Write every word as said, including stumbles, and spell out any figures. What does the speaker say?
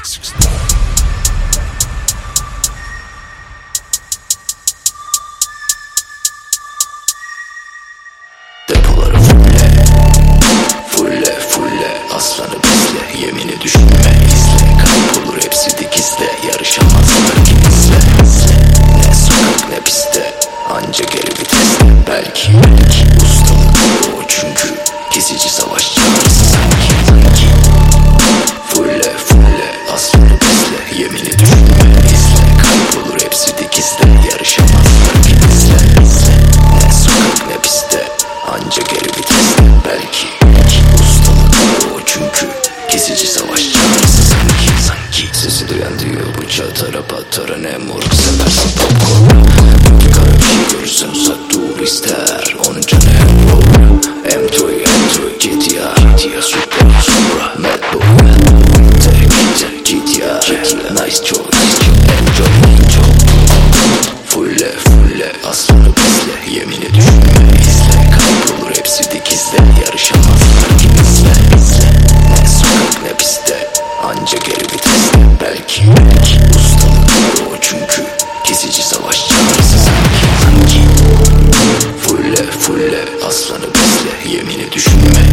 Depoları fulle, fulle fulle, aslanı besle, yemini düşünme, izle, kaybolur hepsi dikizde, yarışamazlar ki bizle, izle. Ne sokak ne piste, anca geri viteste, belki belki ustalık o, çünkü kesici savaş çağrısı sanki sanki. Fulle fulle, aslanı besle, yemini düşünme, izle, kaybolur hepsi dikizde, yarışamazlar ki bizle, izle. Ne sokak ne piste, anca geri viteste, belki belki ustalık o, çünkü kesici savaş çağrısı sanki sanki. Sesi duyan diyor bu çatara patara, ne moruk seversin popcorn. Kötü kara bir şey görürsen uzak dur ister, onun canı hem roll. M-Toy M-Toy G T R G T R Supra Supra Mad Boy Mad Boy G T R G T R Nice choice, enjoy enjoy. Fulle fulle, aslanı besle, yemini düşünme, izle, kaybolur hepsi dikizde, yarışamazlar ki bizle, bizle. Ne sokak ne piste, anca geri viteste, belki belki ustalık o, çünkü kesici savaş çağrısı sanki sanki. Fulle fulle, aslanı besle, yemini düşünme,